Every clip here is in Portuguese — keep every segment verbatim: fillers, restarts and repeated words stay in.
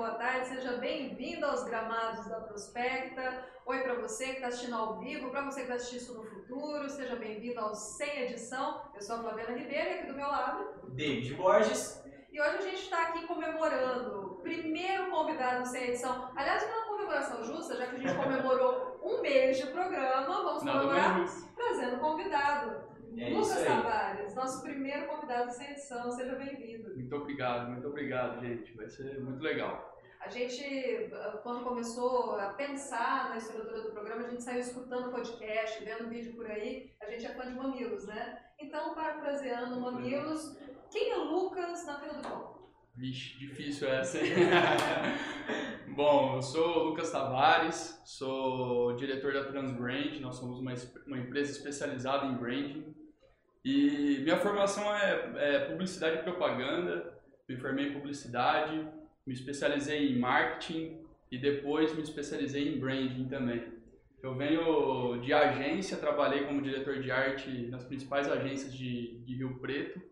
boa tarde, seja bem-vindo aos gramados da Prospecta. Oi para você que está assistindo ao vivo, para você que vai assistir isso no futuro, seja bem-vindo ao Sem Edição. Eu sou a Flaviana Ribeiro e aqui do meu lado, David Borges. E hoje a gente está aqui comemorando o primeiro convidado Sem Edição. Aliás, uma comemoração justa, já que a gente comemorou um mês de programa, vamos comemorar trazendo convidado. É Lucas Tavares, nosso primeiro convidado Sem Edição, seja bem-vindo. Muito obrigado, muito obrigado, gente. Vai ser muito legal. A gente, quando começou a pensar na estrutura do programa, a gente saiu escutando podcast, vendo vídeo por aí. A gente é fã de Mamilos, né? Então, parafraseando Mamilos, quem é Lucas na fila do pão? Vixe, difícil essa, hein? Bom, eu sou o Lucas Tavares, sou diretor da Transbrand. Nós somos uma, uma empresa especializada em branding. E minha formação é, é publicidade e propaganda. Me formei em publicidade, me especializei em marketing e depois me especializei em branding também. Eu venho de agência, trabalhei como diretor de arte nas principais agências de, de Rio Preto,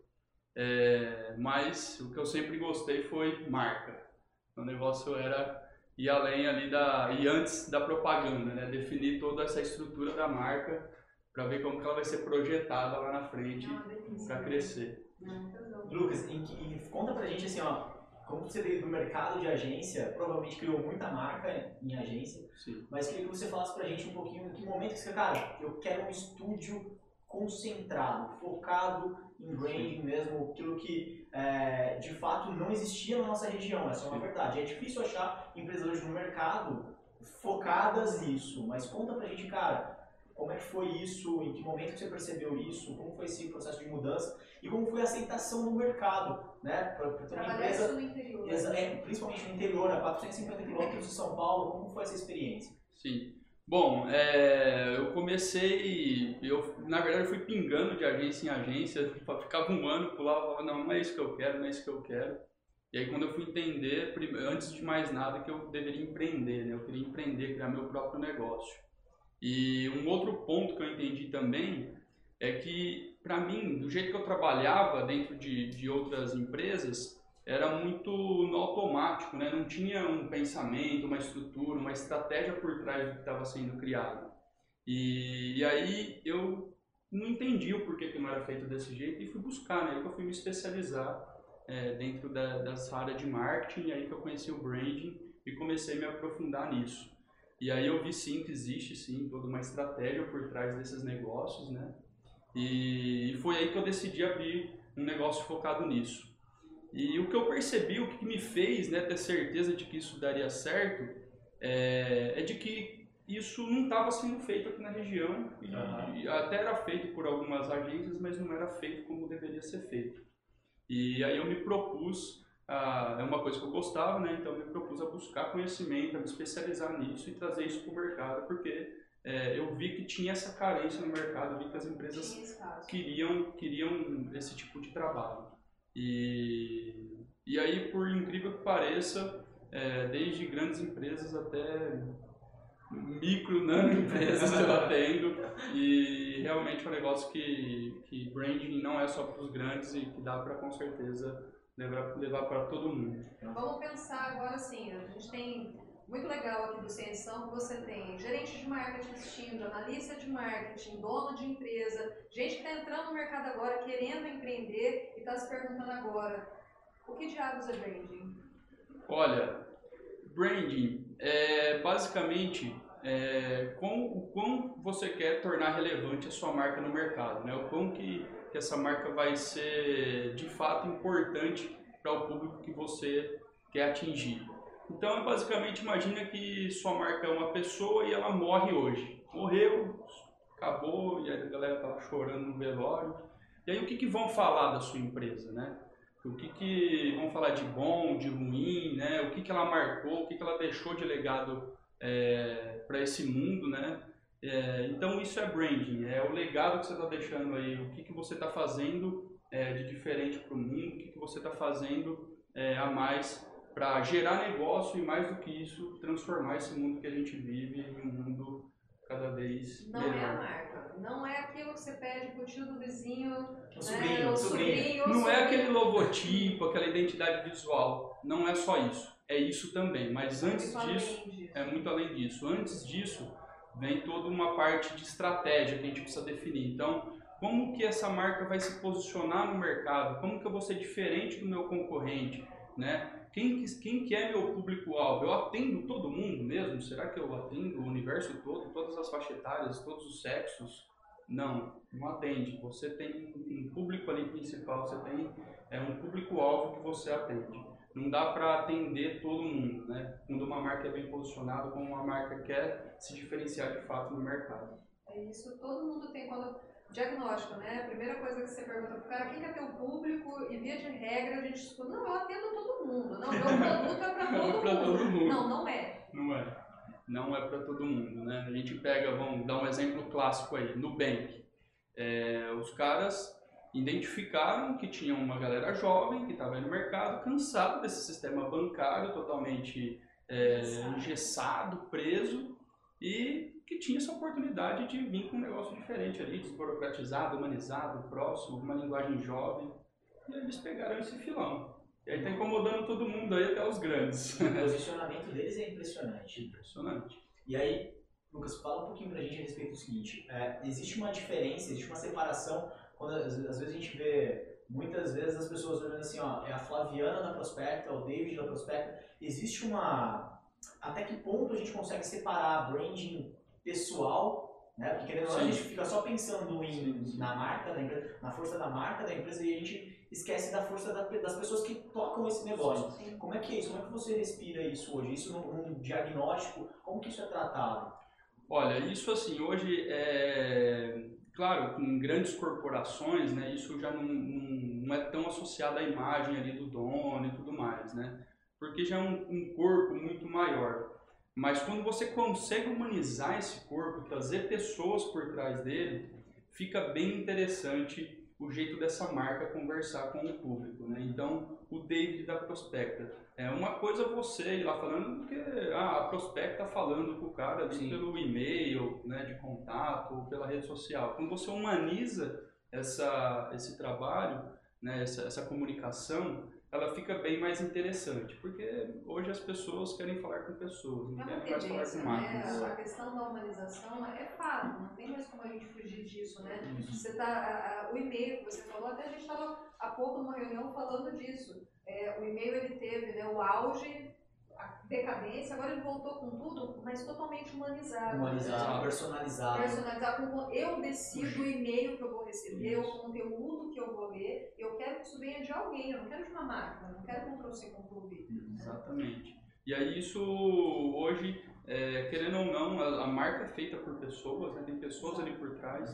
é, mas o que eu sempre gostei foi marca. O negócio era ir além ali da, e antes da propaganda, né? Definir toda essa estrutura da marca para ver como que ela vai ser projetada lá na frente para crescer. Lucas, em que, em, conta pra gente assim, ó, como você veio do mercado de agência, provavelmente criou muita marca em agência. Sim. Mas queria que você falasse pra gente um pouquinho em que momento que você, cara, eu quero um estúdio concentrado, focado em branding mesmo, aquilo que é, de fato não existia na nossa região, essa é uma verdade. É difícil achar empresas hoje no mercado focadas nisso, mas conta pra gente, cara, como é que foi isso, em que momento que você percebeu isso, como foi esse processo de mudança e como foi a aceitação no mercado, né? Para ter uma empresa, no interior. É, principalmente no interior, a quatrocentos e cinquenta quilômetros de São Paulo, como foi essa experiência? Sim. Bom, é, eu comecei, eu na verdade eu fui pingando de agência em agência, ficava um ano, pulava, falava, não, não é isso que eu quero, não é isso que eu quero. E aí quando eu fui entender, antes de mais nada, que eu deveria empreender, né? Eu queria empreender, criar meu próprio negócio. E um outro ponto que eu entendi também é que, para mim, do jeito que eu trabalhava dentro de, de outras empresas, era muito no automático, né? Não tinha um pensamento, uma estrutura, uma estratégia por trás do que estava sendo criado. E, e aí eu não entendi o porquê que não era feito desse jeito e fui buscar, né? Aí que eu fui me especializar é, dentro da, dessa área de marketing, e aí que eu conheci o branding e comecei a me aprofundar nisso. E aí eu vi sim que existe sim toda uma estratégia por trás desses negócios, né? E foi aí que eu decidi abrir um negócio focado nisso. E o que eu percebi, o que me fez, né, ter certeza de que isso daria certo, é, é de que isso não estava sendo feito aqui na região. E, uhum. e até era feito por algumas agências, mas não era feito como deveria ser feito. E aí eu me propus, ah, é uma coisa que eu gostava, né? Então eu me propus a buscar conhecimento, a me especializar nisso e trazer isso para o mercado, porque é, eu vi que tinha essa carência no mercado, eu vi que as empresas queriam, queriam esse tipo de trabalho. E, e aí, por incrível que pareça, é, desde grandes empresas até micro, nano empresas eu atendo, e realmente é um negócio que, que branding não é só para os grandes e que dá para, com certeza, levar, levar para todo mundo. Vamos pensar agora assim, a gente tem muito legal aqui do Sem Edição que você tem gerente de marketing assistindo, analista de marketing, dono de empresa, gente que está entrando no mercado agora, querendo empreender e está se perguntando agora, o que diabos é branding? Olha, branding é basicamente é, com, o quão você quer tornar relevante a sua marca no mercado, né? O quão que, que essa marca vai ser de fato importante para o público que você quer atingir. Então, basicamente, imagina que sua marca é uma pessoa e ela morre hoje. Morreu, acabou, e a galera estava chorando no velório. E aí, o que, que vão falar da sua empresa, né? O que, que vão falar de bom, de ruim, né? O que, que ela marcou, o que, que ela deixou de legado é, para esse mundo, né? É, então, isso é branding, é o legado que você está deixando aí, o que, que você está fazendo é, de diferente para o mundo, o que, que você está fazendo é, a mais para gerar negócio e, mais do que isso, transformar esse mundo que a gente vive em um mundo cada vez não melhor. Não é a marca, não é aquilo que você pede pro tio do vizinho, o né? sobrinho, o sobrinho. sobrinho. Não sobrinho. é aquele logotipo, aquela identidade visual. não é só isso, é isso também, mas antes Muito disso, além disso. é muito além disso. Antes disso, vem toda uma parte de estratégia que a gente precisa definir. Então, como que essa marca vai se posicionar no mercado? Como que eu vou ser diferente do meu concorrente? Né? Quem, que, quem que é meu público-alvo? Eu atendo todo mundo mesmo? Será que eu atendo o universo todo, todas as faixas etárias, todos os sexos? Não, não atende. Você tem um público ali principal, você tem é, um público-alvo que você atende. Não dá para atender todo mundo, né? Quando uma marca é bem posicionada, como uma marca quer se diferenciar de fato no mercado. É isso, todo mundo tem quando diagnóstico, né? A primeira coisa que você pergunta pro cara, quem quer ter o público? E via de regra a gente escuta, não, eu atendo todo mundo. Não, meu produto é para todo, pra mundo. todo mundo. Não, não é. Não é. Não é para todo mundo, né? A gente pega, vamos dar um exemplo clássico aí, Nubank. É, os caras identificaram que tinha uma galera jovem que estava no mercado, cansado desse sistema bancário totalmente é, engessado, preso, e que tinha essa oportunidade de vir com um negócio diferente ali, desburocratizado, humanizado, próximo, uma linguagem jovem. E eles pegaram esse filão. E aí tá incomodando todo mundo aí, até os grandes. O posicionamento deles é impressionante. Impressionante. E aí, Lucas, fala um pouquinho pra gente a respeito do seguinte, é, existe uma diferença, existe uma separação, quando às, às vezes a gente vê, muitas vezes as pessoas olhando assim, ó, é a Flaviana da Prospecta, é o David da Prospecta, existe uma, até que ponto a gente consegue separar branding pessoal, né, porque querendo ou não, a gente fica só pensando em, na marca da empresa, na força da marca da empresa e a gente esquece da força da, das pessoas que tocam esse negócio. Sim. Como é que é isso? Como é que você respira isso hoje? Isso num, num diagnóstico, como que isso é tratado? Olha, isso assim, hoje é... Claro, com grandes corporações, né, isso já não, não, não é tão associado à imagem ali do dono e tudo mais, né? Porque já é um, um corpo muito maior. Mas quando você consegue humanizar esse corpo, trazer pessoas por trás dele, fica bem interessante o jeito dessa marca conversar com o público, né? Então, o David da Prospecta. É uma coisa você ir lá falando porque ah, a Prospecta falando com o cara ali pelo e-mail, né, de contato ou pela rede social. Quando você humaniza essa, esse trabalho, né, essa, essa comunicação, ela fica bem mais interessante, porque hoje as pessoas querem falar com pessoas, não É querem uma mais falar com tendência, máquinas. né? A questão da humanização é fato, não tem mais como a gente fugir disso, né? Você tá, a, a, o e-mail que você falou, até a gente estava há pouco numa reunião falando disso. É, o e-mail ele teve, né, o auge, a decadência, agora ele voltou com tudo, mas totalmente humanizado. Humanizado, né? personalizado. Personalizado, com, eu decido o e-mail que eu vou receber, Isso. o conteúdo que eu vou ler, eu quero que isso venha de alguém, eu não quero de uma máquina, eu não quero Ctrl-C, Ctrl-V. Exatamente. E aí isso hoje, é, querendo ou não, a, a marca é feita por pessoas, né? Tem pessoas ali por trás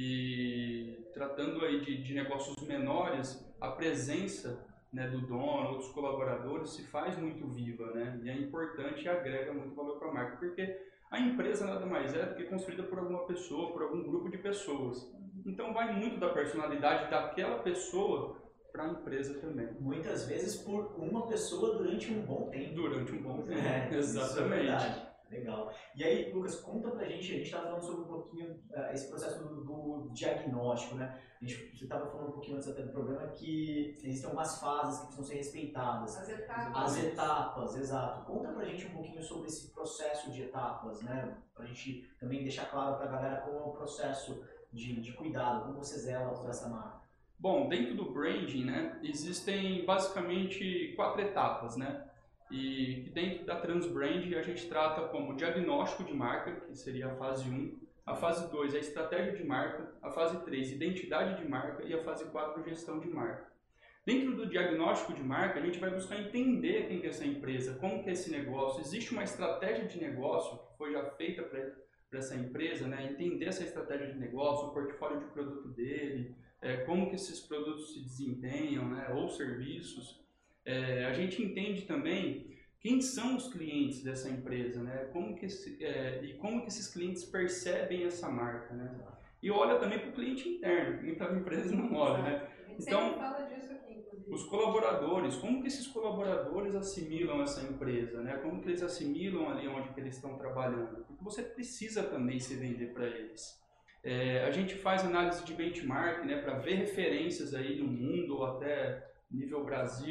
e tratando aí de, de negócios menores, a presença, né, do dono, outros colaboradores se faz muito viva, né? E é importante e agrega muito valor para a marca, porque a empresa nada mais é do que construída por alguma pessoa, por algum grupo de pessoas. Então vai muito da personalidade daquela pessoa para a empresa também. Muitas vezes por uma pessoa durante um bom tempo. Durante um bom tempo, É, exatamente. Isso é verdade. Legal. E aí, Lucas, conta pra gente, a gente estava falando sobre um pouquinho uh, esse processo do, do diagnóstico, né? A gente, você estava falando um pouquinho antes até do programa que existem algumas fases que precisam ser respeitadas. As etapas. As etapas, exato. Conta pra gente um pouquinho sobre esse processo de etapas, né? Pra gente também deixar claro pra galera como é o processo de, de cuidado, como você zela por essa marca. Bom, dentro do branding, né, existem basicamente quatro etapas, né? E dentro da Transbrand a gente trata como diagnóstico de marca, que seria a fase um, a fase dois, a estratégia de marca, a fase três, identidade de marca e a fase quatro, gestão de marca. Dentro do diagnóstico de marca, a gente vai buscar entender quem que é essa empresa, como que é esse negócio, existe uma estratégia de negócio que foi já feita para essa empresa, né? Entender essa estratégia de negócio, o portfólio de produto dele, é, como que esses produtos se desempenham, né? Ou serviços. É, a gente entende também quem são os clientes dessa empresa, né? Como que esse, é, e como que esses clientes percebem essa marca, né? E olha também para o cliente interno, que muitas empresas não olham, né? Então, fala disso aqui, inclusive. Os colaboradores, como que esses colaboradores assimilam essa empresa, né? Como que eles assimilam ali onde que eles estão trabalhando? Porque você precisa também se vender para eles. É, a gente faz análise de benchmark, né? Para ver referências aí no mundo ou até nível Brasil,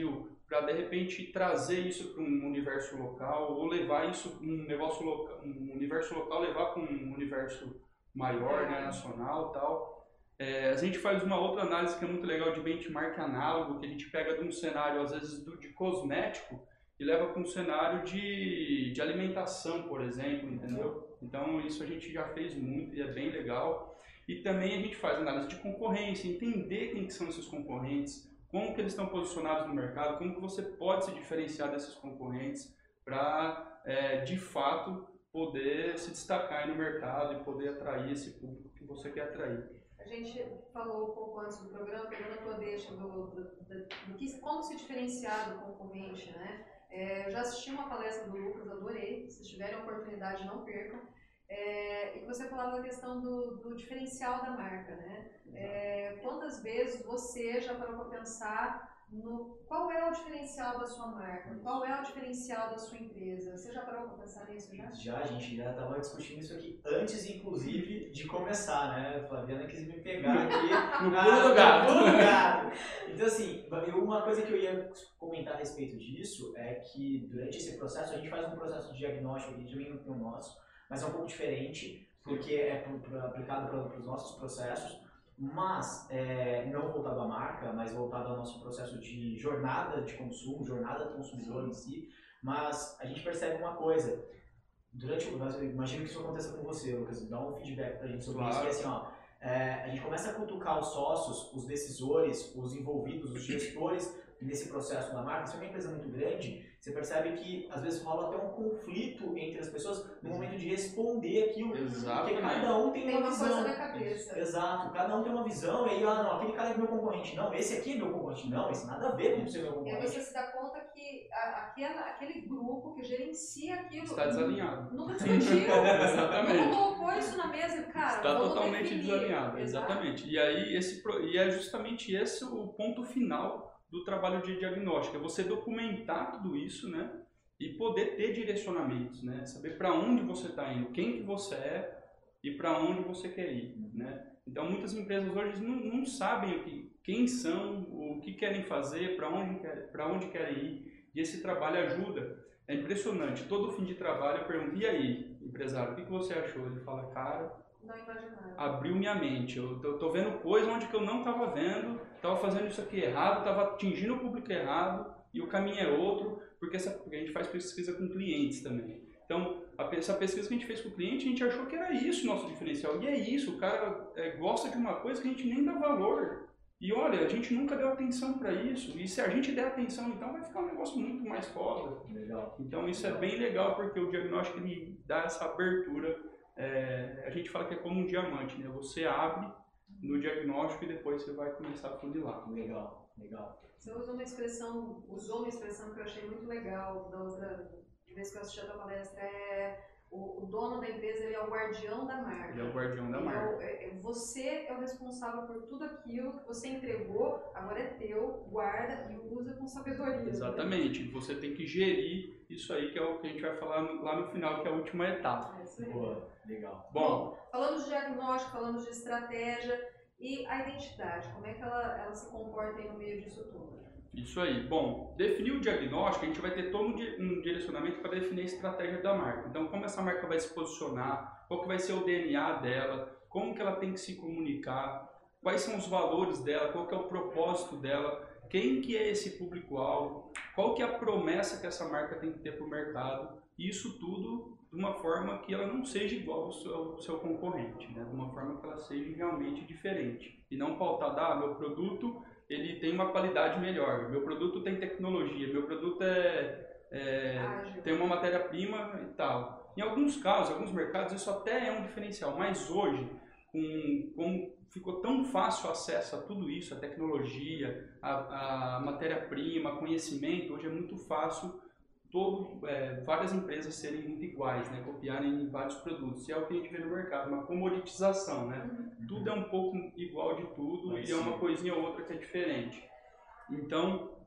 para de repente trazer isso para um universo local ou levar isso um negócio local, um universo local levar para um universo maior, né, nacional, tal. É, a gente faz uma outra análise que é muito legal de benchmark análogo, que a gente pega de um cenário às vezes do, de cosmético e leva para um cenário de, de alimentação, por exemplo, entendeu? Então isso a gente já fez muito e é bem legal. E também a gente faz análise de concorrência, entender quem que são esses concorrentes, como que eles estão posicionados no mercado, como que você pode se diferenciar desses concorrentes para, é, de fato, poder se destacar aí no mercado e poder atrair esse público que você quer atrair. A gente falou um pouco antes do programa, pegando a tua deixa do, do, do, do que, como se diferenciar do concorrente, né? É, eu já assisti uma palestra do Lucas, adorei, se tiverem a oportunidade não percam, é, e que você falava da questão do, do diferencial da marca, né? É, quantas vezes você já parou para pensar no qual é o diferencial da sua marca, qual é o diferencial da sua empresa? Você já parou para pensar nisso já? Já, a gente já estava discutindo isso aqui antes, inclusive, de começar, né? A Flaviana quis me pegar aqui no pulo do gato. No pulo do gato. Então, assim, uma coisa que eu ia comentar a respeito disso é que durante esse processo, a gente faz um processo de diagnóstico aqui, também no nosso, mas é um pouco diferente, porque é aplicado para os nossos processos. Mas é, não voltado à marca, mas voltado ao nosso processo de jornada de consumo, jornada do consumidor em si. Mas a gente percebe uma coisa, durante o, eu imagino que isso aconteça com você, Lucas, dá um feedback pra gente sobre claro. Isso, que é assim, ó, é, a gente começa a cutucar os sócios, os decisores, os envolvidos, os gestores nesse processo da marca. Se é uma empresa muito grande, você percebe que às vezes rola até um conflito entre as pessoas no momento de responder aquilo. Exatamente. Porque cada um tem, tem uma, uma visão. coisa na cabeça. Exato, cada um tem uma visão e aí, ah, não, aquele cara é meu concorrente. Não, esse aqui é meu concorrente. Não, esse nada a ver com ser meu E aí concorrente. você se dá conta que a, aquela, aquele grupo que gerencia aquilo Está desalinhado. nunca discutiu, Exatamente. nunca colocou isso na mesa e, cara, está vamos totalmente definir. desalinhado, exatamente. E aí esse e é justamente esse o ponto final do trabalho de diagnóstico, é você documentar tudo isso, né, e poder ter direcionamentos, né, saber para onde você está indo, quem que você é e para onde você quer ir, né. Então muitas empresas hoje não, não sabem o que, quem são, o que querem fazer, para onde quer, para onde querem ir, e esse trabalho ajuda. É impressionante. Todo fim de trabalho eu pergunto, e aí, empresário, o que, que você achou? Ele fala, cara, não imaginava. Abriu minha mente. Eu tô, tô vendo coisa onde que eu não estava vendo, estava fazendo isso aqui errado, estava atingindo o público errado e o caminho é outro, porque, essa, porque a gente faz pesquisa com clientes também. Então, a, essa pesquisa que a gente fez com o cliente, a gente achou que era isso o nosso diferencial. E é isso, o cara é, gosta de uma coisa que a gente nem dá valor. E olha, a gente nunca deu atenção para isso. E se a gente der atenção, então vai ficar um negócio muito mais foda. Legal. Então isso é bem legal, porque o diagnóstico ele dá essa abertura. É, a gente fala que é como um diamante, né? Você abre no diagnóstico e depois você vai começar a funilar. Legal, legal. Você usa uma expressão, usou uma expressão que eu achei muito legal da outra vez que eu assisti a tua palestra, é o, o dono da empresa, ele é o guardião da marca. Ele é o guardião da Ele marca. É o, é, você é o responsável por tudo aquilo que você entregou, agora é teu, guarda e usa com sabedoria. Exatamente, né? Você tem que gerir isso aí, que é o que a gente vai falar no, lá no final, que é a última etapa. É isso aí. Boa, legal. Bom, Bom, falamos de diagnóstico, falamos de estratégia e a identidade, como é que ela, ela se comporta aí no meio disso tudo? Isso aí. Bom, definir o diagnóstico, a gente vai ter todo um direcionamento para definir a estratégia da marca. Então, como essa marca vai se posicionar, qual que vai ser o D N A dela, como que ela tem que se comunicar, quais são os valores dela, qual que é o propósito dela, quem que é esse público-alvo, qual que é a promessa que essa marca tem que ter para o mercado, e isso tudo de uma forma que ela não seja igual ao seu, ao seu concorrente, né? De uma forma que ela seja realmente diferente. E não pautada, ah, meu produto ele tem uma qualidade melhor, meu produto tem tecnologia, meu produto é, é, tem uma matéria-prima e tal. Em alguns casos, em alguns mercados, isso até é um diferencial, mas hoje, com, com ficou tão fácil o acesso a tudo isso, a tecnologia, a, a matéria-prima, conhecimento, hoje é muito fácil todo, é, várias empresas serem muito iguais, né, copiarem vários produtos. E é o que a gente vê no mercado, uma comoditização, né? Uhum. Tudo é um pouco igual de tudo Mas, e é uma coisinha ou outra que é diferente. Então,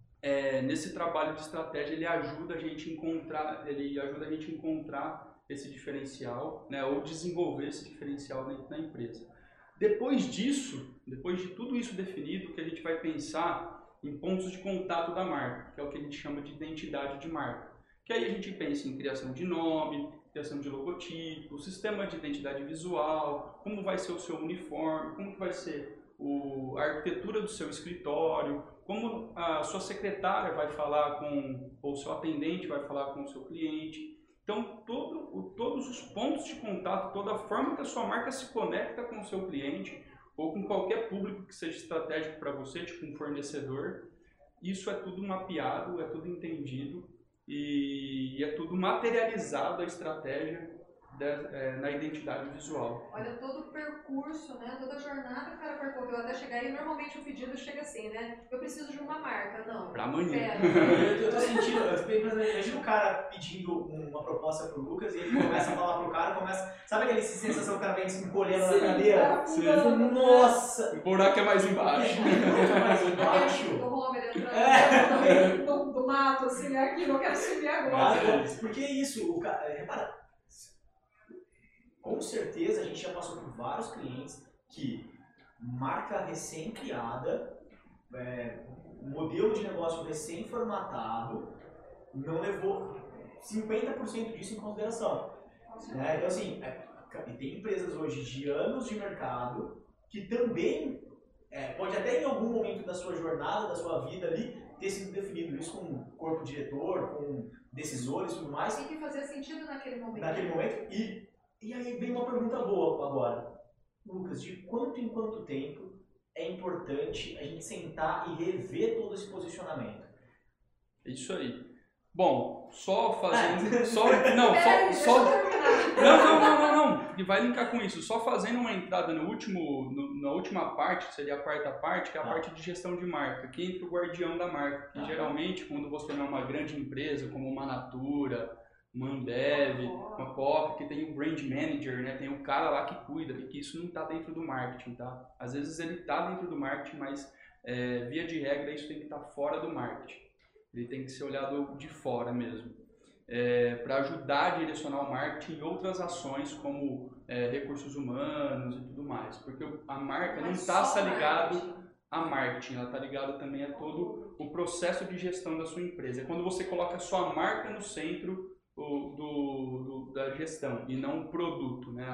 é, nesse trabalho de estratégia, ele ajuda a gente a encontrar, ele ajuda a gente a encontrar esse diferencial, né, ou desenvolver esse diferencial dentro da empresa. Depois disso, depois de tudo isso definido, o que a gente vai pensar em pontos de contato da marca, que é o que a gente chama de identidade de marca. Que aí a gente pensa em criação de nome, criação de logotipo, sistema de identidade visual, como vai ser o seu uniforme, como que vai ser o, a arquitetura do seu escritório, como a sua secretária vai falar com, ou o seu atendente vai falar com o seu cliente. Então, todo, o, todos os pontos de contato, toda a forma que a sua marca se conecta com o seu cliente, ou com qualquer público que seja estratégico para você, tipo um fornecedor, isso é tudo mapeado, é tudo entendido e, e é tudo materializado a estratégia de, é, na identidade visual. Olha todo o percurso, né? Toda a jornada que o cara percorreu até chegar aí. Normalmente o pedido chega assim, né? Eu preciso de uma marca, não. Pra amanhã. Eu, eu tô sentindo, eu tô pensando, imagina o cara pedindo uma proposta pro Lucas e ele começa a falar pro cara, começa, sabe aquela sensação que o cara vem se encolhendo na cadeira? Sim. Nossa! O buraco é mais embaixo. Muito mais embaixo. Do Homer entrando É. do, do mato, assim, aqui, não quero subir agora. Porque isso, o cara, repara, com certeza a gente já passou por vários clientes que marca recém-criada, é, modelo de negócio recém-formatado, não levou cinquenta por cento disso em consideração. Né? Então assim, é, tem empresas hoje de anos de mercado que também, é, pode até em algum momento da sua jornada, da sua vida ali, ter sido definido isso com corpo diretor, com decisores e tudo mais. Tem que fazer sentido naquele momento. Naquele momento e E aí vem uma pergunta boa agora. Lucas, de quanto em quanto tempo é importante a gente sentar e rever todo esse posicionamento? É isso aí. Bom, só fazendo... Ah. Só, não, Peraí, só... só deixa eu terminar. não, não, não, não, não. E vai linkar com isso. Só fazendo uma entrada no último, no, na última parte, que seria a quarta parte, que é a Ah. parte de gestão de marca, que entra o guardião da marca. Que Ah. geralmente, quando você não é uma grande empresa, como uma Natura, uma Ambev, uma Coca, que tem um brand manager, né? Tem um cara lá que cuida, e que isso não está dentro do marketing, tá? Às vezes ele está dentro do marketing, mas é, via de regra isso tem que estar fora do marketing. Ele tem que ser olhado de fora mesmo. É, para ajudar a direcionar o marketing em outras ações como é, recursos humanos e tudo mais. Porque a marca não está só ligado a marketing, ela está ligada também a todo o processo de gestão da sua empresa. É quando você coloca a sua marca no centro do, do, da gestão e não o produto, né? A,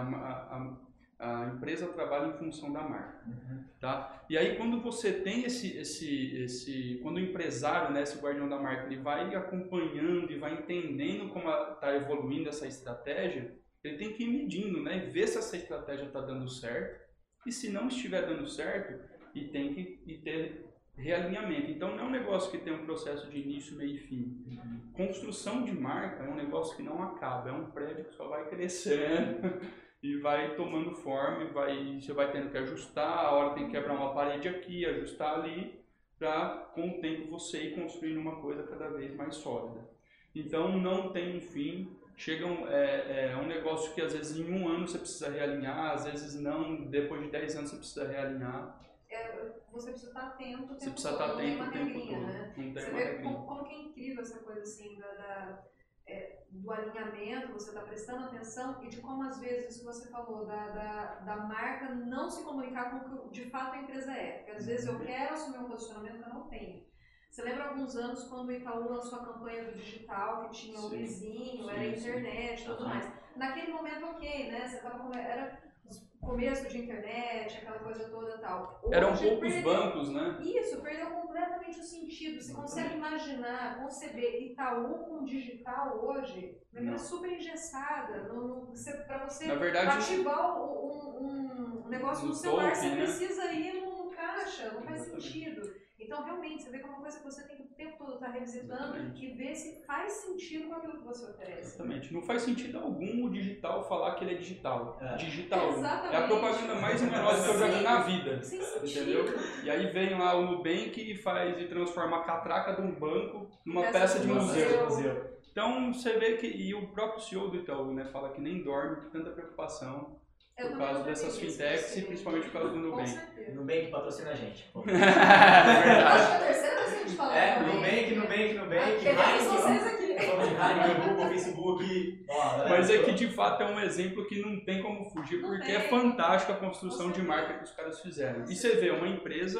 a, a empresa trabalha em função da marca, uhum. Tá? E aí quando você tem esse, esse, esse, quando o empresário, né, esse guardião da marca, ele vai acompanhando e vai entendendo como está evoluindo essa estratégia, ele tem que ir medindo, né, e ver se essa estratégia está dando certo e se não estiver dando certo, e tem que e ter realinhamento. Então não é um negócio que tem um processo de início, meio e fim. Uhum. Construção de marca é um negócio que não acaba, é um prédio que só vai crescendo e vai tomando forma, e vai, você vai tendo que ajustar, a hora tem que quebrar uma parede aqui, ajustar ali, para com o tempo você ir construindo uma coisa cada vez mais sólida. Então não tem um fim, chega um, é, é um negócio que às vezes em um ano você precisa realinhar, às vezes não, depois de dez anos você precisa realinhar. É, você precisa estar atento o tempo Você precisa todo, estar não tem atento uma o tempo regrinha, todo. né? Não tem Você uma vê regrinha. como, como que é incrível essa coisa assim da, da, é, do alinhamento, você está prestando atenção e de como às vezes isso que você falou da, da, da marca não se comunicar com o que de fato a empresa é. Porque às vezes eu quero assumir um posicionamento que eu não tenho. Você lembra alguns anos quando o Itaú lançou a campanha do digital, que tinha o Sim, vizinho, sim, era a internet e tudo uhum. mais. Naquele momento, ok, né? Você tava com... Era começo de internet, aquela coisa toda e tal. Hoje, Eram poucos perdeu... bancos, né? Isso, perdeu completamente o sentido. Você consegue imaginar, conceber Itaú com digital hoje, é super engessada. Para você Na verdade, ativar um, um, um negócio no, no celular, token, você né? precisa ir no, no caixa, não faz Exatamente. sentido. Então, realmente, você vê que é uma coisa que você tem que o tempo todo estar revisitando Exatamente. E ver se faz sentido com aquilo que você oferece. Exatamente. Não faz sentido algum o digital falar que ele é digital. É. Digital. Exatamente. É a propaganda mais enganosa que eu já vi na vida. Sem entendeu? sentido. E aí vem lá o Nubank e faz e transforma a catraca de um banco numa peça, peça de museu. museu. museu. Então, você vê que... E o próprio C E O do Itaú, né, fala que nem dorme de tanta preocupação. Eu por causa dessas fintechs e principalmente por causa do Nubank. Nubank patrocina a gente. É verdade. Acho que é a terceira vez que a gente fala. É, Nubank, Nubank, Nubank. Queremos vocês aqui. Heineken, Google, Facebook. Ó, Mas é que de fato é um exemplo que não tem como fugir, não porque tem. é fantástica a construção de marca que os caras fizeram. E você vê uma empresa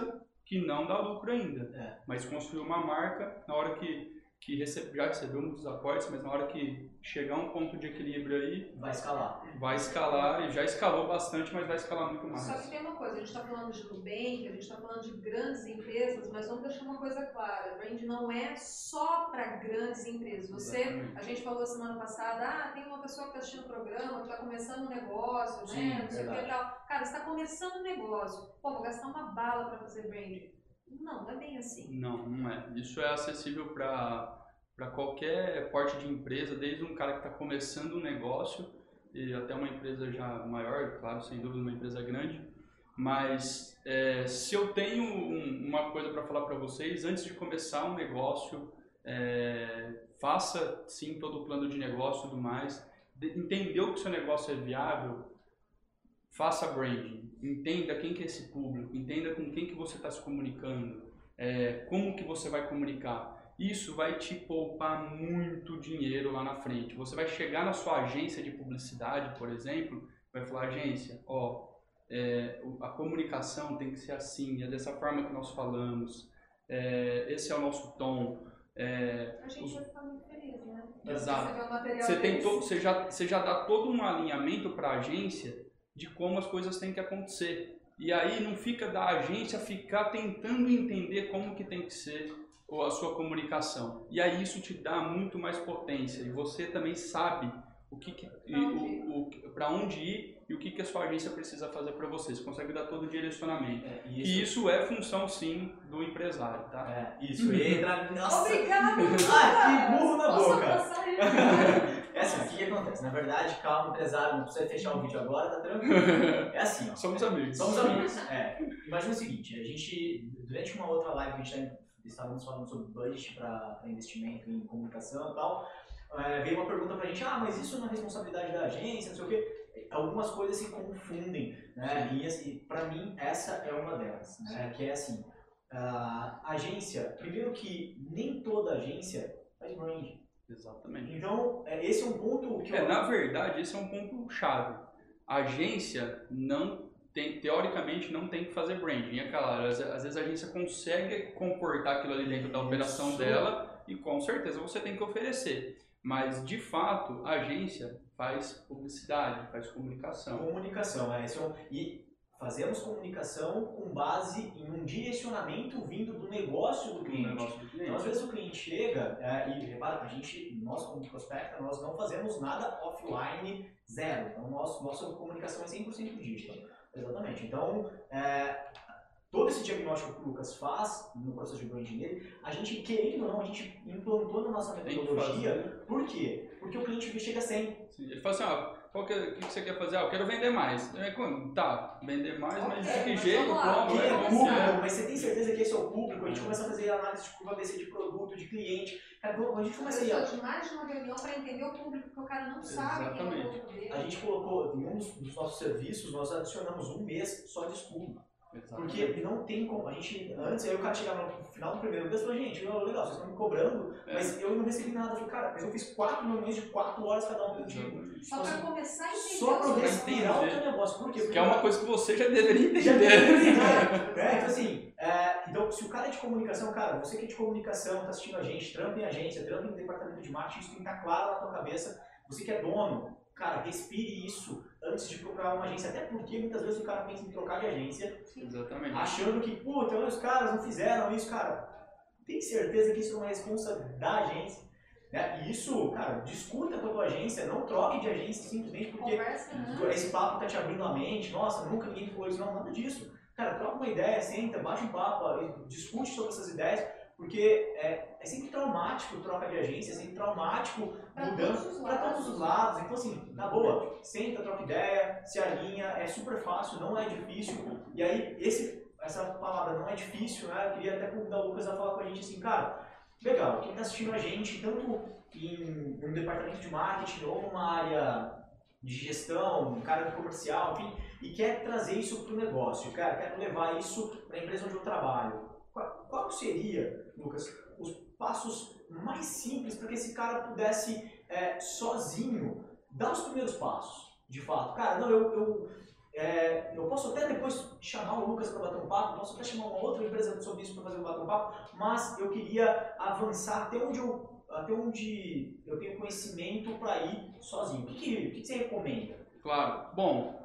que não dá lucro ainda. É. Mas construir uma marca, na hora que, que recebe, já recebeu muitos aportes, mas na hora que chegar um ponto de equilíbrio aí, vai escalar. Vai escalar, e já escalou bastante, mas vai escalar muito mais. Só que tem uma coisa, a gente está falando de Nubank, a gente está falando de grandes empresas, mas vamos deixar uma coisa clara, brand não é só para grandes empresas. Você, Exatamente. a gente falou semana passada, ah, tem uma pessoa que está assistindo o programa, que está começando um negócio, Sim, né, não sei o que verdade. e tal. Cara, você está começando um negócio, pô, vou gastar uma bala para fazer brand. Não, não é bem assim. Não, não é. Isso é acessível para para qualquer porte de empresa, desde um cara que está começando um negócio e até uma empresa já maior, claro, sem dúvida uma empresa grande. Mas é, se eu tenho um, uma coisa para falar para vocês, antes de começar um negócio, é, faça sim todo o plano de negócio e tudo mais, de, entendeu que o seu negócio é viável, faça branding, entenda quem que é esse público, entenda com quem que você está se comunicando, é, como que você vai comunicar. Isso vai te poupar muito dinheiro lá na frente. Você vai chegar na sua agência de publicidade, por exemplo, vai falar, agência, ó, é, a comunicação tem que ser assim, é dessa forma que nós falamos, é, esse é o nosso tom. É, a gente os... vai ficar muito feliz, né? Exato. Você, você, tem to... você, já, você já dá todo um alinhamento para a agência de como as coisas têm que acontecer. E aí não fica da agência ficar tentando entender como que tem que ser ou a sua comunicação. E aí isso te dá muito mais potência e você também sabe o que, que para onde ir e o que, que a sua agência precisa fazer para você. Você consegue dar todo o direcionamento. É, e, isso... e isso é função sim do empresário, tá? É, isso entra. Nossa! Obrigada! Ah, que burro na boca! É assim, o que, que acontece? Na verdade, calma, empresário, não precisa fechar o vídeo agora, tá tranquilo. É assim, ó. Somos amigos. Somos amigos. É. Imagina o seguinte, a gente, durante uma outra live que a gente estávamos falando sobre budget para investimento em comunicação e tal, é, veio uma pergunta pra gente, ah, mas isso não é responsabilidade da agência, não sei o quê. Algumas coisas se confundem, né? E, assim, pra mim, essa é uma delas, né? Que é assim, a agência, primeiro que nem toda agência faz branding. Exatamente. Então, esse é um ponto que é, eu... Na verdade, esse é um ponto chave. A agência não tem, teoricamente, não tem que fazer branding. É claro, às, às vezes a agência consegue comportar aquilo ali dentro da operação Isso. dela e com certeza você tem que oferecer. Mas, de fato, a agência faz publicidade, faz comunicação. Comunicação, é. Esse é um... E fazemos comunicação com base em um direcionamento vindo do negócio do cliente. Do negócio do cliente. Então, às vezes o cliente chega é, e repara, a gente, nós como Prospecta, nós não fazemos nada offline zero. Então, nós, nossa comunicação é cem por cento digital. Exatamente. Então, é, todo esse diagnóstico que o Lucas faz no processo de branding dele, a gente, querendo ou não, a gente implantou na nossa metodologia. Por quê? Porque o cliente chega sem. Sim, ele fala assim, ah, qual que, é, que você quer fazer? Ah, eu quero vender mais. É, tá, vender mais, okay, mas de que jeito? Como? Quem é público, mas você tem certeza que esse é o público? A gente começa a fazer análise de curva A B C de produto, de cliente. Cara, a gente começa a ir... de mais de uma reunião para entender o público, porque o cara não sabe Exatamente. Quem é o público dele. A gente colocou, em um dos nossos serviços, nós adicionamos um mês só de estudo. Exatamente. Porque não tem como, a gente, antes, aí o cara chegava no final do primeiro mês e falou, gente, legal, vocês estão me cobrando, é. mas eu não recebi nada. Eu falei, cara, mas eu fiz quatro reuniões de quatro horas cada um contigo. Só para começar a entender. Só para respirar o teu negócio. Por quê? Porque que é uma coisa que você já deveria entender. Já deveria entender. é, então assim, é, então se o cara é de comunicação, cara, você que é de comunicação, tá assistindo a gente, trampa em agência, trampa em departamento de marketing, isso tem que estar claro na tua cabeça. Você que é dono, cara, respire isso antes de procurar uma agência, até porque muitas vezes o cara pensa em trocar de agência, Exatamente. achando que, puta, os caras não fizeram isso, cara. Tem certeza que isso é uma responsa da agência? Né? E isso, cara, discuta com a tua agência, não troque de agência simplesmente porque Conversa, né? esse papo tá te abrindo a mente, nossa, nunca ninguém falou isso, não, nada disso. Cara, troca uma ideia, senta, bate um papo, discute sobre essas ideias, porque é, é sempre traumático troca de agência, é sempre traumático mudança para todos os lados. Então, assim, na boa, senta, troca ideia, se alinha, é super fácil, não é difícil. E aí, esse, essa palavra não é difícil, né? Eu queria até convidar o Lucas a falar com a gente assim, cara, legal, quem está assistindo a gente, tanto em um departamento de marketing ou numa área de gestão, um cara de comercial, enfim, e quer trazer isso para o negócio, cara, quer levar isso para a empresa onde eu trabalho. Qual, qual seria, Lucas, os passos mais simples para que esse cara pudesse, é, sozinho, dar os primeiros passos, de fato? Cara, não, eu, eu, É, eu posso até depois chamar o Lucas para bater um papo, posso até chamar uma outra empresa sobre isso para fazer um bater um papo, mas eu queria avançar até onde eu, até onde eu tenho conhecimento para ir sozinho. O que, que, o que você recomenda? Claro. Bom,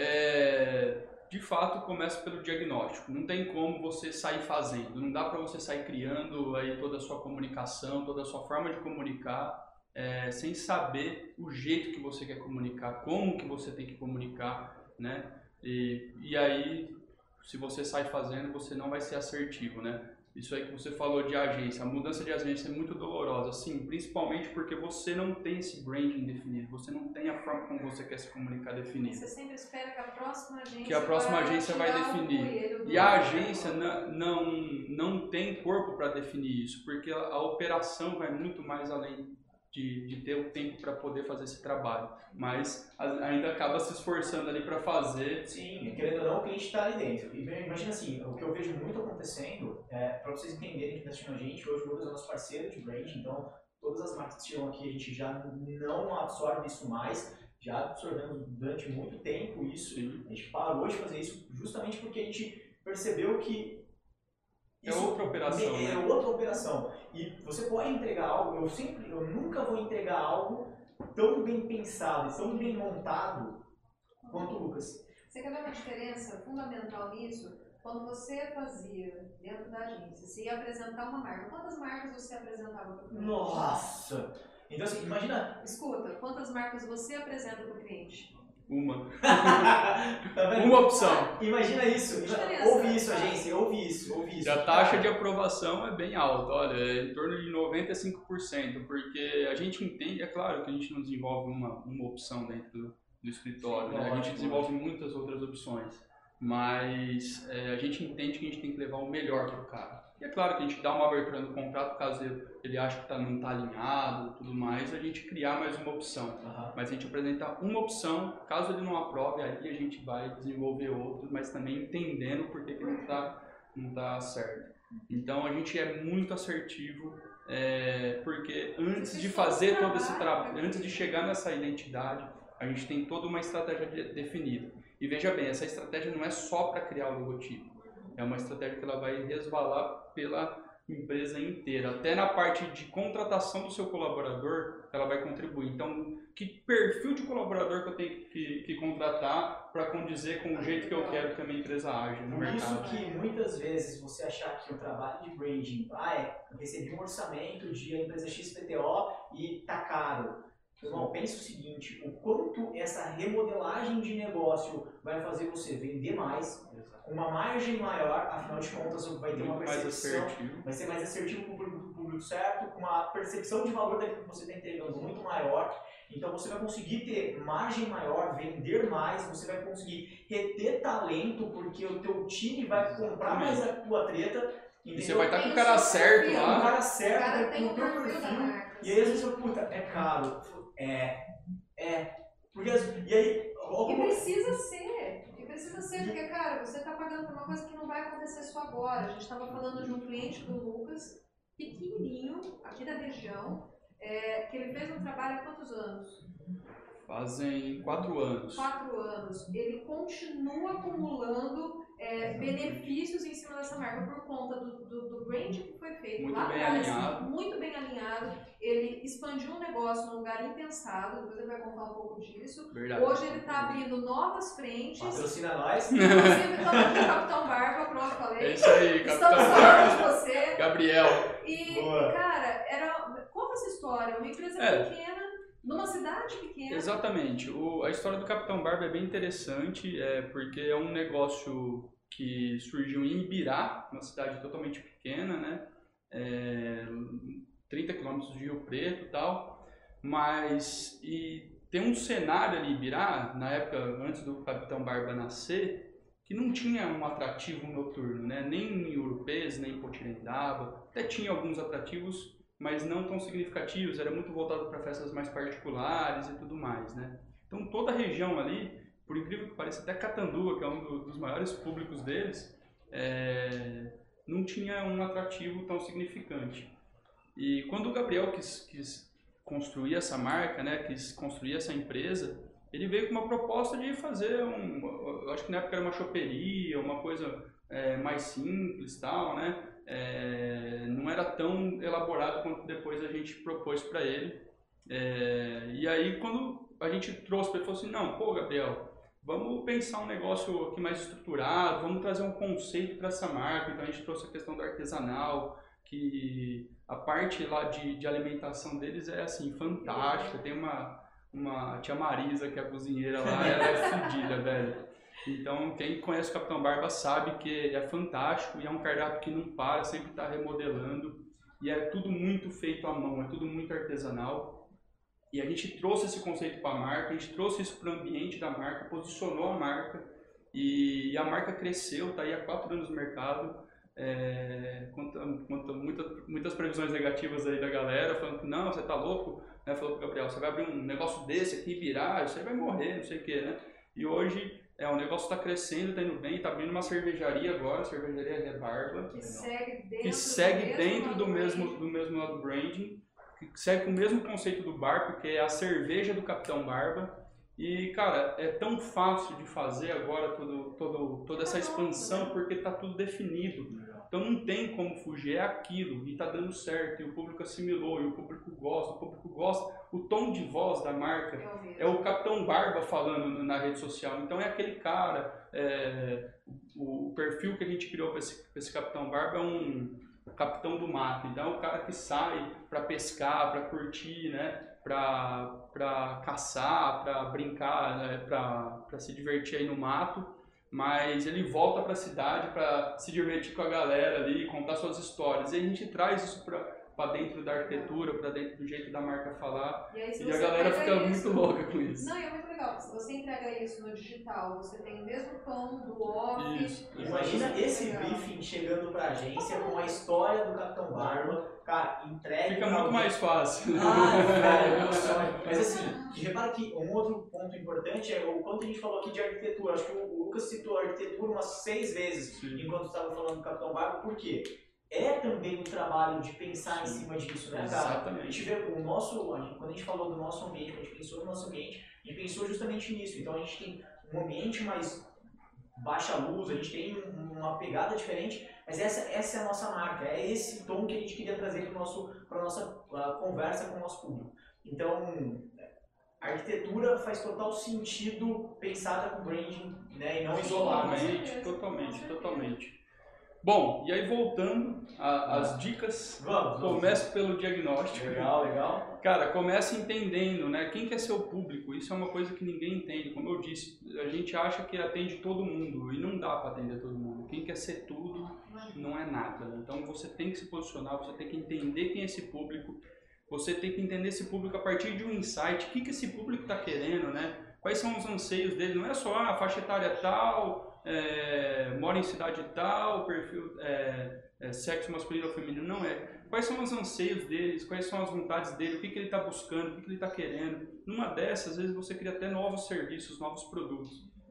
é, de fato começa pelo diagnóstico. Não tem como você sair fazendo, não dá para você sair criando aí toda a sua comunicação, toda a sua forma de comunicar, é, sem saber o jeito que você quer comunicar, como que você tem que comunicar, né? E, e aí, se você sai fazendo, você não vai ser assertivo, né? Isso aí que você falou de agência, a mudança de agência é muito dolorosa, sim, principalmente porque você não tem esse branding definido, você não tem a forma como você quer se comunicar definida. Você sempre espera que a próxima agência, que a próxima vai, agência vai definir. E a agência não, não, não tem corpo para definir isso, porque a, a operação vai muito mais além de, de ter o tempo para poder fazer esse trabalho, mas a, ainda acaba se esforçando ali para fazer. Sim, querendo ou não, o cliente está ali dentro. E imagina assim, o que eu vejo muito acontecendo, é, para vocês entenderem que está assistindo a gente, hoje o Lucas é nosso parceiro de branding, então todas as marcas que chegam aqui a gente já não absorve isso mais, já absorvemos durante muito tempo isso. Sim. A gente parou de fazer isso justamente porque a gente percebeu que isso é outra operação, é, né? É outra operação. E você pode entregar algo, eu sempre, eu nunca vou entregar algo tão bem pensado, tão bem montado quanto o Lucas. Você quer ver uma diferença fundamental nisso? Quando você fazia dentro da agência, você ia apresentar uma marca, quantas marcas você apresentava para o cliente? Nossa! Então assim, imagina... Escuta, quantas marcas você apresenta para o cliente? Uma. Tá vendo? Uma opção. Imagina isso. Imagina, ouve isso, agência. Ouve isso. Ouve isso. E a taxa de aprovação é bem alta. Olha, é em torno de noventa e cinco por cento. Porque a gente entende, é claro que a gente não desenvolve uma, uma opção dentro do, do escritório. Sim, né? A gente desenvolve muitas outras opções. Mas é, a gente entende que a gente tem que levar o melhor para o cara. E é claro que a gente dá uma abertura no contrato, caso ele ache que tá, não está alinhado e tudo mais, a gente criar mais uma opção. Uhum. Mas a gente apresentar uma opção, caso ele não aprove, aí a gente vai desenvolver outros, mas também entendendo por que, que não está não tá certo. Então a gente é muito assertivo, é, porque antes de fazer todo esse trabalho, antes de chegar nessa identidade, a gente tem toda uma estratégia de, definida. E veja bem, essa estratégia não é só para criar o logotipo. É uma estratégia que ela vai resvalar pela empresa inteira. Até na parte de contratação do seu colaborador, ela vai contribuir. Então, que perfil de colaborador que eu tenho que, que contratar para condizer com o jeito que eu quero que a minha empresa age no Por mercado. Por isso que muitas vezes você achar que o trabalho de branding, ah, é, eu recebi um orçamento de a empresa X P T O e tá caro. Irmão, pense o seguinte, o quanto essa remodelagem de negócio vai fazer você vender mais, com uma margem maior, afinal de contas vai ter uma percepção, vai ser mais assertivo com o público, público certo, com uma percepção de valor daquilo que você está entregando muito maior, então você vai conseguir ter margem maior, vender mais, você vai conseguir reter talento, porque o teu time vai comprar mais a tua treta, entendeu? E você vai estar com o cara certo lá. O cara certo, o cara vai tem o teu perfil, marca, e aí às vezes você, puta, é caro, é, é, porque, e aí... E precisa ser, e precisa ser, porque, cara, você está pagando por uma coisa que não vai acontecer só agora. A gente estava falando de um cliente do Lucas, pequenininho, aqui da região, é, que ele fez um trabalho há quantos anos? Fazem quatro anos. Quatro anos. Ele continua acumulando é, benefícios em cima dessa marca por conta do, do, do brand que foi feito muito lá bem atrás, alinhado. muito bem alinhado. Ele expandiu um negócio num lugar impensado, depois ele vai contar um pouco disso. Verdade. Hoje ele está abrindo novas frentes. Patrocina nós. Inclusive, estamos aqui com o Capitão Barba, pronto, falei. É isso aí, Capitão Estamos Barba. falando de você. Gabriel. E, Boa. cara, era... conta essa história, uma empresa É. pequena, numa cidade pequena. Exatamente. O, a história do Capitão Barba é bem interessante, é, porque é um negócio que surgiu em Ibirá, uma cidade totalmente pequena, né? É, trinta quilômetros de Rio Preto e tal, mas e tem um cenário ali em Ibirá, na época antes do Capitão Barba nascer, que não tinha um atrativo noturno, né? Nem em Urupês, nem em Potirendaba, até tinha alguns atrativos, mas não tão significativos, era muito voltado para festas mais particulares e tudo mais, né? Então toda a região ali, por incrível que pareça, até Catanduva, que é um do, dos maiores públicos deles, é, não tinha um atrativo tão significante. E quando o Gabriel quis, quis construir essa marca, né, quis construir essa empresa, ele veio com uma proposta de fazer um, eu acho que na época era uma choperia, uma coisa é, mais simples, tal, né? É, não era tão elaborado quanto depois a gente propôs para ele. É, e aí quando a gente trouxe para ele, falou assim, não, pô, Gabriel, vamos pensar um negócio aqui mais estruturado, vamos trazer um conceito para essa marca. Então a gente trouxe a questão do artesanal, que a parte lá de, de alimentação deles é assim, fantástica. Tem uma, uma tia Marisa, que é a cozinheira lá, ela é fodida, velho. Então quem conhece o Capitão Barba sabe que é fantástico e é um cardápio que não para, sempre está remodelando. E é tudo muito feito à mão, é tudo muito artesanal. E a gente trouxe esse conceito para a marca, a gente trouxe isso para o ambiente da marca, posicionou a marca e a marca cresceu, está aí há quatro anos no mercado. É, conta, conta muita, muitas previsões negativas aí da galera, falando que não, você tá louco, né? Falou pro Gabriel, você vai abrir um negócio desse aqui, virar, isso aí vai morrer, não sei o que, né? E hoje é, o negócio está crescendo, está indo bem, está abrindo uma cervejaria agora, a cervejaria Rebarba, que segue dentro, que segue do, dentro mesmo do, mesmo, do mesmo lado branding, que segue com o mesmo conceito do bar, porque é a cerveja do Capitão Barba. E, cara, é tão fácil de fazer agora todo, todo, toda essa expansão, porque tá tudo definido. Então não tem como fugir, é aquilo, e tá dando certo, e o público assimilou, e o público gosta, o público gosta. O tom de voz da marca é o Capitão Barba falando na rede social. Então é aquele cara, é, o perfil que a gente criou para esse, esse Capitão Barba é um capitão do mato. Então é o cara que sai para pescar, para curtir, né? Para caçar, para brincar, né? Para se divertir aí no mato, mas ele volta para a cidade para se divertir com a galera ali, contar suas histórias, e a gente traz isso para dentro da arquitetura, para dentro do jeito da marca falar, e, aí, e a galera fica isso, muito louca com isso. Não, é muito legal, se você entrega isso no digital, você tem o mesmo tom do off. Isso. Imagina esse legal. briefing chegando para a agência com a história do Capitão Barba. Cara, entregue. Fica muito alguém. mais fácil. Ah, velho, meu sonho. Mas assim, repara que um outro ponto importante é o quanto a gente falou aqui de arquitetura. Acho que o Lucas citou a arquitetura umas seis vezes Sim. enquanto estava falando do Capitão Barba. Por quê? É também o trabalho de pensar Sim. em cima disso, né, cara? Exatamente. A gente vê o nosso, quando a gente falou do nosso ambiente, quando a gente pensou no nosso ambiente, a gente pensou justamente nisso. Então a gente tem um ambiente mais baixa luz, a gente tem uma pegada diferente, mas essa, essa é a nossa marca, é esse tom que a gente queria trazer para a nossa uh, conversa com o nosso público. Então, a arquitetura faz total sentido pensada com branding, né, e não isolada. Totalmente, totalmente, totalmente. Bom, e aí voltando às dicas, vamos, vamos. Começo pelo diagnóstico. Legal, legal. Cara, comece entendendo, né, quem que é seu público. Isso é uma coisa que ninguém entende. Como eu disse, a gente acha que atende todo mundo e não dá para atender todo mundo. Quem quer ser tudo não é nada. Então você tem que se posicionar, você tem que entender quem é esse público. Você tem que entender esse público a partir de um insight. O que que esse público está querendo, né? Quais são os anseios dele? Não é só a ah, faixa etária tal... É, mora em cidade tal, perfil é, é, sexo masculino ou feminino, não é. Quais são os anseios deles, quais são as vontades dele, o que, que ele está buscando, o que, que ele está querendo. Numa dessas, às vezes você cria até novos serviços, novos produtos.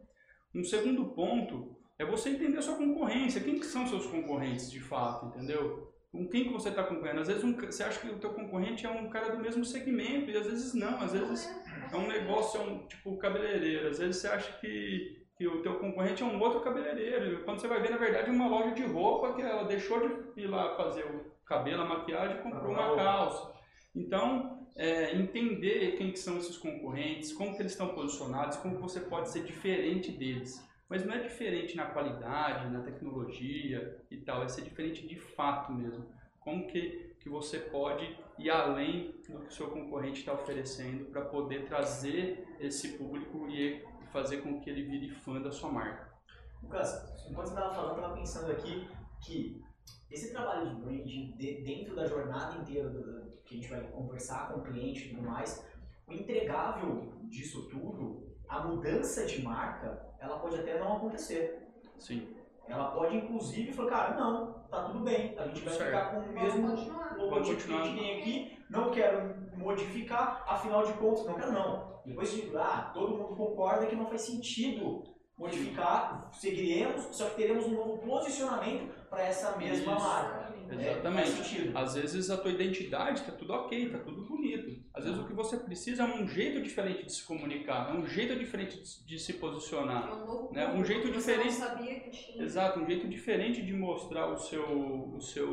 Um segundo ponto é você entender a sua concorrência. Quem que são seus concorrentes de fato, entendeu? Com quem que você está concorrendo? Às vezes um, você acha que o teu concorrente é um cara do mesmo segmento e às vezes não. Às vezes é um negócio, é um tipo cabeleireiro. Às vezes você acha que que o teu concorrente é um outro cabeleireiro. Quando você vai ver, na verdade, é uma loja de roupa que ela deixou de ir lá fazer o cabelo, a maquiagem e comprou uma calça. Então, é, entender quem que são esses concorrentes, como que eles estão posicionados, como que você pode ser diferente deles. Mas não é diferente na qualidade, na tecnologia e tal, é ser diferente de fato mesmo. Como que, que você pode ir além do que o seu concorrente está oferecendo para poder trazer esse público e fazer com que ele vire fã da sua marca. Lucas, enquanto você estava falando, eu estava pensando aqui que esse trabalho de branding, de, dentro da jornada inteira do, que a gente vai conversar com o cliente e tudo mais, o entregável disso tudo, a mudança de marca, ela pode até não acontecer. Sim. Ela pode, inclusive, falar, cara, não, tá tudo bem, a gente vai certo. ficar com o mesmo logotipo que a gente tem aqui, não quero modificar, afinal de contas, não quero não. Depois de, ah, todo mundo concorda que não faz sentido modificar, seguiremos, só que teremos um novo posicionamento para essa mesma Isso. marca. Exatamente. É, Às vezes a tua identidade está tudo ok, está tudo bonito. Às Às vezes o que você precisa é um jeito diferente de se comunicar, é um jeito diferente de, de se posicionar. É um novo né? Um público jeito que você diferente. não sabia que tinha. Exato, um jeito diferente de mostrar o seu, o seu,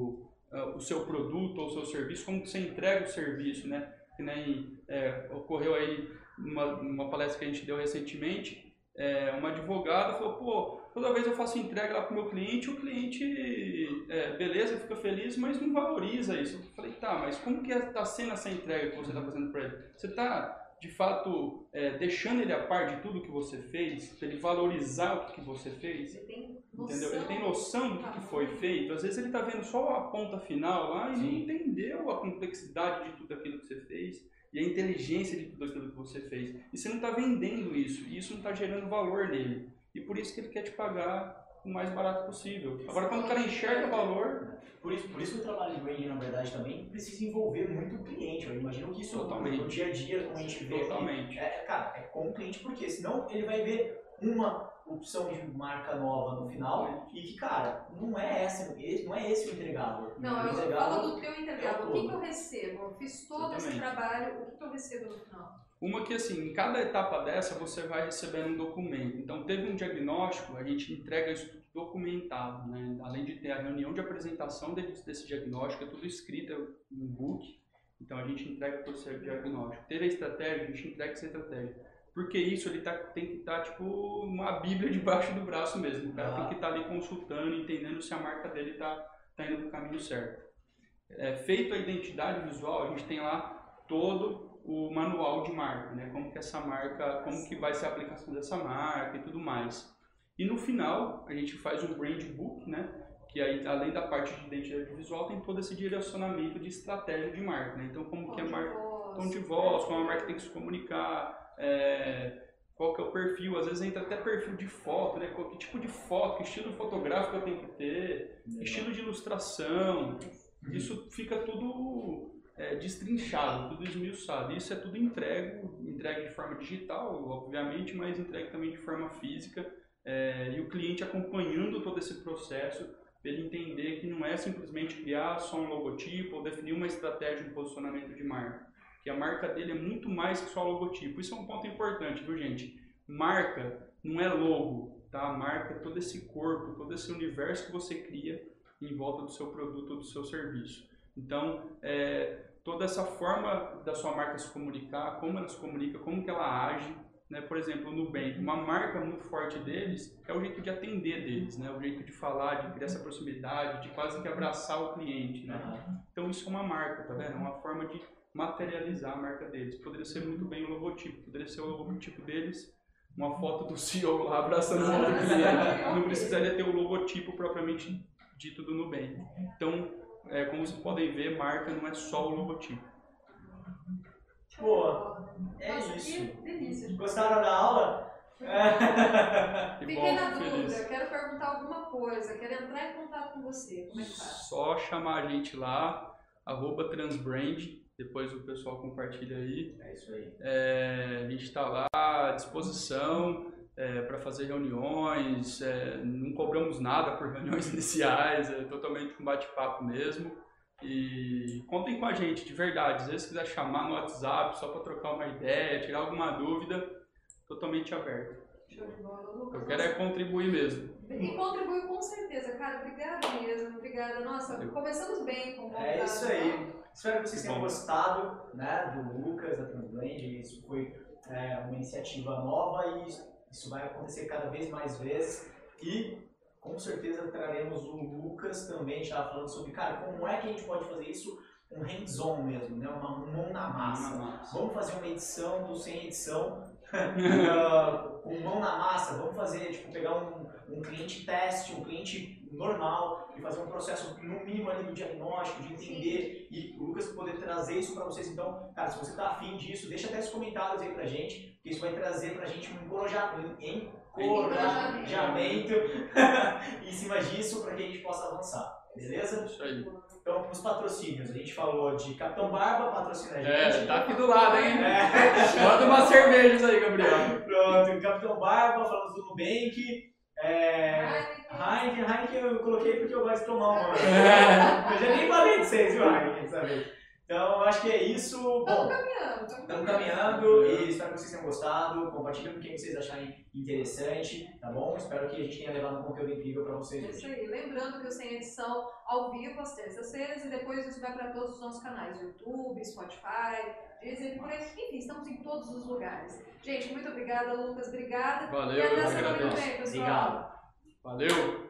uh, o seu produto ou o seu serviço, como que você entrega o serviço, né? Que nem é, ocorreu aí numa, numa palestra que a gente deu recentemente, é, uma advogada falou, pô, toda vez eu faço entrega lá para o meu cliente, o cliente, é, beleza, fica feliz, mas não valoriza isso. Eu falei, tá, mas como que está sendo essa entrega que você está fazendo para ele? Você está, de fato, é, deixando ele a par de tudo que você fez, para ele valorizar o que você fez? Ele tem Entendeu? noção, Ele tem noção do que, que foi feito. Às vezes ele está vendo só a ponta final lá e não entendeu a complexidade de tudo aquilo que você fez e a inteligência de tudo aquilo que você fez. E você não está vendendo isso, e isso não está gerando valor nele. E por isso que ele quer te pagar o mais barato possível. Agora, quando o cara enxerga valor... Por isso, por isso que o trabalho de branding, na verdade, também precisa envolver muito o cliente. Eu imagino que isso Totalmente. no dia a dia, como a gente vê Totalmente. aqui, é, cara, é com o cliente, porque senão ele vai ver uma opção de marca nova no final e que, cara, não é esse, não é esse o entregável. Não, o eu entregável falo do teu entregável. é o que, que eu recebo? Eu fiz todo Exatamente. esse trabalho, o que, que eu recebo no final? Uma que, assim, em cada etapa dessa você vai recebendo um documento. Então, teve um diagnóstico, a gente entrega isso tudo documentado, né? Além de ter a reunião de apresentação desse diagnóstico, é tudo escrito em um book. Então, a gente entrega todo esse diagnóstico. Teve a estratégia, a gente entrega essa estratégia. Porque isso ele tá, tem que estar, tá, tipo, uma bíblia debaixo do braço mesmo. O cara Ah. tem que estar tá ali consultando, entendendo se a marca dele está tá indo para o caminho certo. É, feito a identidade visual, a gente tem lá todo o manual de marca, né? Como que essa marca, como que vai ser a aplicação dessa marca e tudo mais. E no final, a gente faz um brand book, né? Que aí, além da parte de identidade visual, tem todo esse direcionamento de estratégia de marca, né? Então, como que a marca, tom de voz, como a marca tem que se comunicar, é, qual que é o perfil, às vezes entra até perfil de foto, né? Que tipo de foto, que estilo fotográfico eu tenho que ter, que estilo de ilustração, isso fica tudo é, destrinchado, tudo esmiuçado. Isso é tudo entregue, entregue de forma digital, obviamente, mas entregue também de forma física, é, e o cliente acompanhando todo esse processo, para ele entender que não é simplesmente criar só um logotipo ou definir uma estratégia, um posicionamento de marca. Que a marca dele é muito mais que só logotipo. Isso é um ponto importante, viu, gente? Marca não é logo, tá? Marca é todo esse corpo, todo esse universo que você cria em volta do seu produto ou do seu serviço. Então, é, toda essa forma da sua marca se comunicar, como ela se comunica, como que ela age, né? Por exemplo, o Nubank, uma marca muito forte deles é o jeito de atender deles, né? O jeito de falar, de criar essa proximidade, de quase que abraçar o cliente, né? Então, isso é uma marca, tá vendo? É uma forma de materializar a marca deles. Poderia ser muito bem o logotipo, poderia ser o logotipo deles, uma foto do C E O lá abraçando o outro cliente. Não precisaria ter o logotipo propriamente dito do Nubank. Então, é, como vocês podem ver, marca não é só o logotipo. Pô, é Nossa, isso. que delícia. Gostaram da aula? Que Fiquei bom, na fico dúvida, feliz. quero perguntar alguma coisa, quero entrar em contato com você. Como é que faz? Só chamar a gente lá, arroba transbrand, depois o pessoal compartilha aí. É isso aí. É, a gente está lá à disposição é, para fazer reuniões, é, não cobramos nada por reuniões iniciais, é totalmente um bate-papo mesmo. E contem com a gente, de verdade. Às vezes quiser chamar no WhatsApp só para trocar uma ideia, tirar alguma dúvida, totalmente aberto. Show de bola, Lucas. Eu quero é contribuir mesmo. E contribuiu com certeza, cara. Obrigada mesmo, obrigada. Nossa, começamos bem com o É isso aí. Espero que vocês Que tenham bom. gostado, né, do Lucas, da Transblend. Isso foi é, uma iniciativa nova e isso vai acontecer cada vez mais vezes. E com certeza traremos o Lucas também. A gente estava falando sobre, cara, como é que a gente pode fazer isso um hands-on mesmo, né? Uma mão na massa. Vamos fazer uma edição do sem edição uh, com mão na massa. Vamos fazer, tipo, pegar um, um cliente teste, um cliente normal e fazer um processo no mínimo ali do diagnóstico, de entender. E o Lucas poder trazer isso para vocês. Então, cara, se você está afim disso, deixa até os comentários aí pra gente, porque isso vai trazer pra gente um encorajamento, encorajamento em cima disso para que a gente possa avançar. Beleza? Isso aí. Então, os patrocínios, a gente falou de Capitão Barba, patrocina a gente. É, tá aqui do lado, hein? É. Manda umas cervejas aí, Gabriel. Pronto, Capitão Barba, falamos do Nubank. É... Heineken, Heineken eu coloquei porque eu gosto de tomar uma. É. Eu já nem falei de vocês, viu, Heineken, sabe? Então, acho que é isso. Estamos Bom, caminhando. estamos caminhando e espero que vocês tenham gostado. Compartilhem com quem vocês acharem interessante, tá bom? Espero que a gente tenha levado um conteúdo incrível para vocês É hoje. isso aí. Lembrando que o Sem Edição ao vivo às terças-feiras e depois isso vai para todos os nossos canais, YouTube, Spotify, Deezer, por aí. Enfim, estamos em todos os lugares. Gente, muito obrigada, Lucas. Obrigada. Valeu, e até eu a semana que agradeço. vem, pessoal. Obrigado. Valeu!